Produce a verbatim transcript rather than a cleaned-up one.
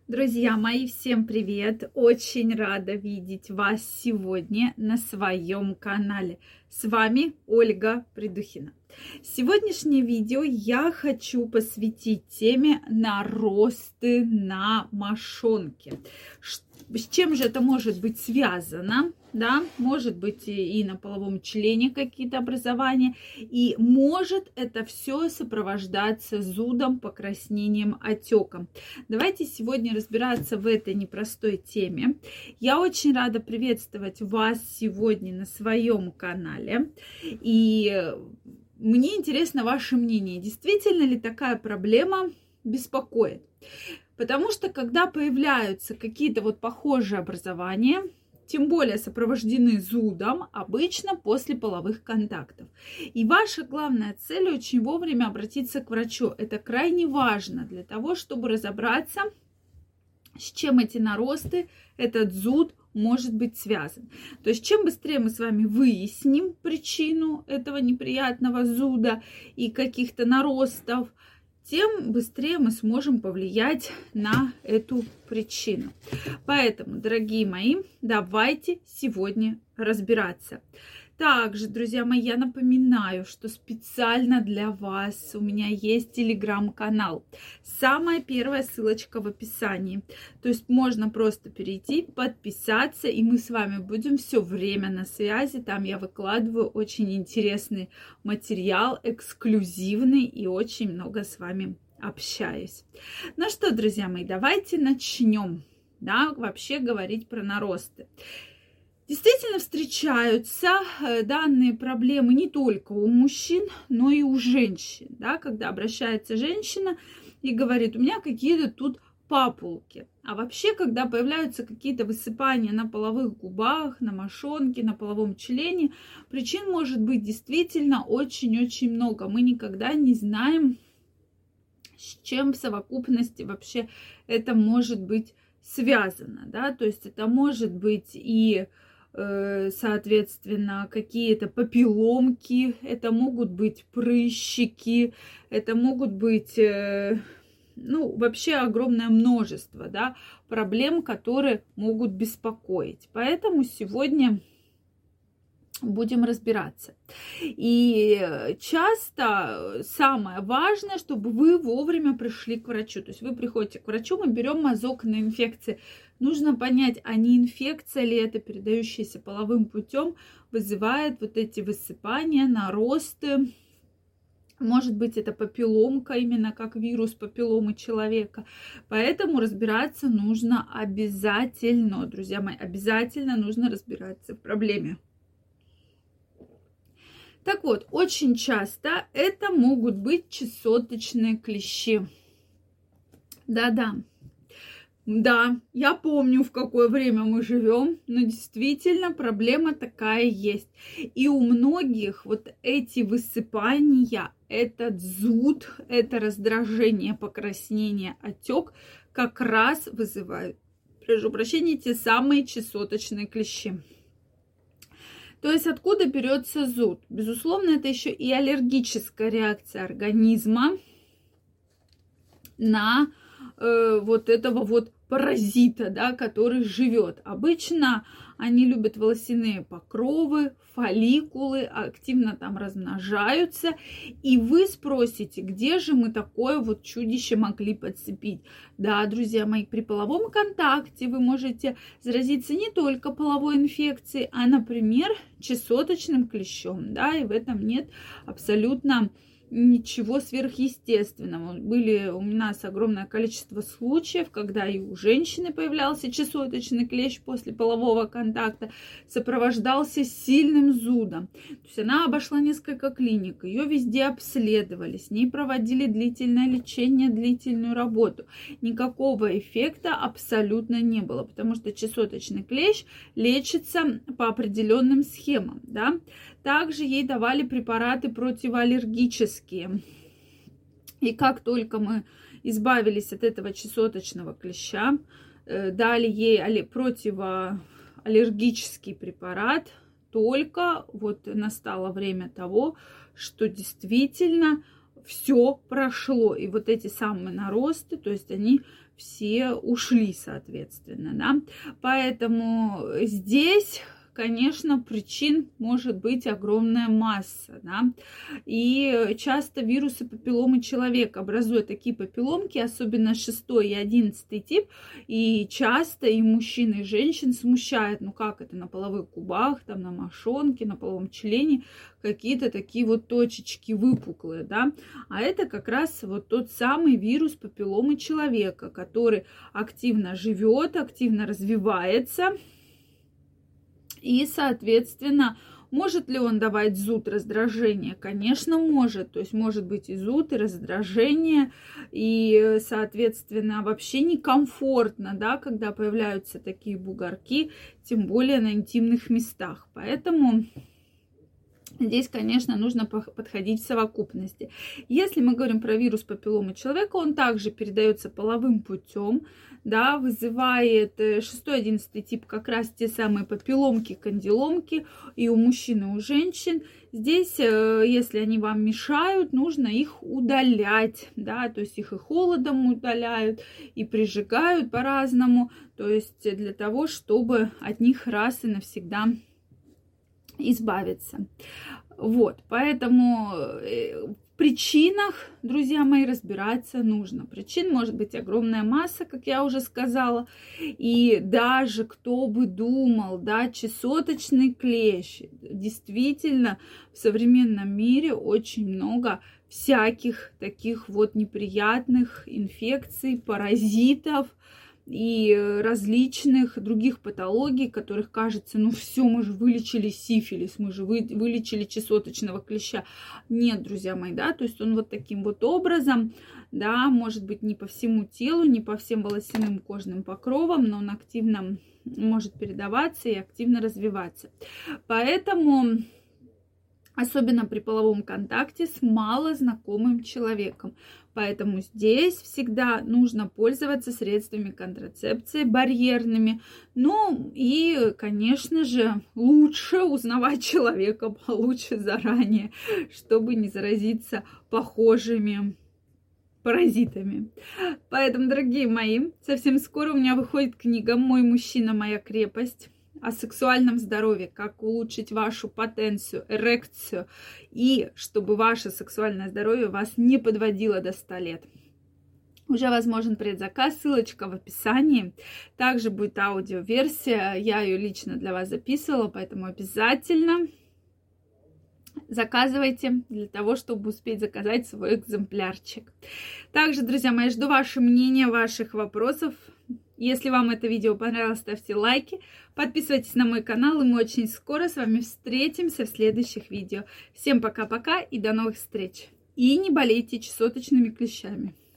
Друзья мои, всем привет! Очень рада видеть вас сегодня на своем канале. С вами Ольга Придухина. Сегодняшнее видео я хочу посвятить теме наросты на мошонке. С чем же это может быть связано? Да, может быть и на половом члене какие-то образования, и может это все сопровождаться зудом, покраснением, отеком. Давайте сегодня разбираться в этой непростой теме. Я очень рада приветствовать вас сегодня на своем канале, и мне интересно ваше мнение, действительно ли такая проблема беспокоит? Потому что когда появляются какие-то вот похожие образования, тем более сопровождены зудом, обычно после половых контактов. И ваша главная цель очень вовремя обратиться к врачу. Это крайне важно для того, чтобы разобраться, с чем эти наросты, этот зуд может быть связан. То есть чем быстрее мы с вами выясним причину этого неприятного зуда и каких-то наростов, тем быстрее мы сможем повлиять на эту причину. Поэтому, дорогие мои, давайте сегодня разбираться. Также, друзья мои, я напоминаю, что специально для вас у меня есть телеграм-канал. Самая первая ссылочка в описании. То есть можно просто перейти, подписаться, и мы с вами будем все время на связи. Там я выкладываю очень интересный материал, эксклюзивный, и очень много с вами общаюсь. Ну что, друзья мои, давайте начнем, да, вообще говорить про наросты. Действительно встречаются данные проблемы не только у мужчин, но и у женщин. Да? Когда обращается женщина и говорит, у меня какие-то тут папулки. А вообще, когда появляются какие-то высыпания на половых губах, на мошонке, на половом члене, причин может быть действительно очень-очень много. Мы никогда не знаем, с чем в совокупности вообще это может быть связано. Да? То есть это может быть и соответственно, какие-то папилломки, это могут быть прыщики, это могут быть, ну, вообще огромное множество, да, проблем, которые могут беспокоить. Поэтому сегодня будем разбираться. И часто самое важное, чтобы вы вовремя пришли к врачу. То есть вы приходите к врачу, мы берем мазок на инфекции. Нужно понять, а не инфекция ли это, передающаяся половым путем, вызывает вот эти высыпания, наросты. Может быть, это папилломка, именно как вирус папилломы человека. Поэтому разбираться нужно обязательно, друзья мои, обязательно нужно разбираться в проблеме. Так вот, очень часто это могут быть чесоточные клещи. Да-да. Да, я помню, в какое время мы живем, но действительно проблема такая есть. И у многих вот эти высыпания, этот зуд, это раздражение, покраснение, отек как раз вызывают, прошу прощения, те самые чесоточные клещи. То есть откуда берется зуд? Безусловно, это еще и аллергическая реакция организма на э, вот этого вот паразита, да, который живет. Обычно они любят волосяные покровы, фолликулы, активно там размножаются. И вы спросите, где же мы такое вот чудище могли подцепить? Да, друзья мои, при половом контакте вы можете заразиться не только половой инфекцией, а, например, чесоточным клещом. Да, и в этом нет абсолютно ничего сверхъестественного. Были у нас огромное количество случаев, когда и у женщины появлялся чесоточный клещ после полового контакта, сопровождался сильным зудом. То есть она обошла несколько клиник, ее везде обследовали, с ней проводили длительное лечение, длительную работу. Никакого эффекта абсолютно не было, потому что чесоточный клещ лечится по определенным схемам. Да? Также ей давали препараты противоаллергические. И как только мы избавились от этого чесоточного клеща, дали ей противоаллергический препарат, только вот настало время того, что действительно все прошло. И вот эти самые наросты, то есть они все ушли, соответственно, да. Поэтому здесь, конечно, причин может быть огромная масса, да, и часто вирусы папилломы человека образуют такие папилломки, особенно шестой и одиннадцатый тип, и часто и мужчин, и женщин смущает, ну как это, на половых губах, там, на мошонке, на половом члене какие-то такие вот точечки выпуклые, да, а это как раз вот тот самый вирус папилломы человека, который активно живет, активно развивается. И, соответственно, может ли он давать зуд, раздражение? Конечно, может. То есть может быть и зуд, и раздражение, и, соответственно, вообще некомфортно, да, когда появляются такие бугорки, тем более на интимных местах. Поэтому здесь, конечно, нужно подходить в совокупности. Если мы говорим про вирус папилломы человека, он также передается половым путем, да, вызывает шестой-одиннадцатый тип как раз те самые папилломки, кандиломки и у мужчин, и у женщин. Здесь, если они вам мешают, нужно их удалять, да, то есть их и холодом удаляют, и прижигают по-разному, то есть для того, чтобы от них раз и навсегда избавиться. Вот, поэтому в причинах, друзья мои, разбираться нужно. Причин может быть огромная масса, как я уже сказала. И даже кто бы думал, да, чесоточный клещ. Действительно, в современном мире очень много всяких таких вот неприятных инфекций, паразитов и различных других патологий, которых кажется, ну все, мы же вылечили сифилис, мы же вы, вылечили чесоточного клеща. Нет, друзья мои, да, то есть он вот таким вот образом, да, может быть не по всему телу, не по всем волосяным кожным покровам, но он активно может передаваться и активно развиваться. Поэтому особенно при половом контакте с малознакомым человеком. Поэтому здесь всегда нужно пользоваться средствами контрацепции барьерными. Ну и, конечно же, лучше узнавать человека получше заранее, чтобы не заразиться похожими паразитами. Поэтому, дорогие мои, совсем скоро у меня выходит книга «Мой мужчина, моя крепость» о сексуальном здоровье, как улучшить вашу потенцию, эрекцию, и чтобы ваше сексуальное здоровье вас не подводило до ста лет. Уже возможен предзаказ, ссылочка в описании. Также будет аудиоверсия, я ее лично для вас записывала, поэтому обязательно заказывайте для того, чтобы успеть заказать свой экземплярчик. Также, друзья мои, жду ваше мнение, ваших вопросов. Если вам это видео понравилось, ставьте лайки, подписывайтесь на мой канал, и мы очень скоро с вами встретимся в следующих видео. Всем пока-пока и до новых встреч! И не болейте чесоточными клещами.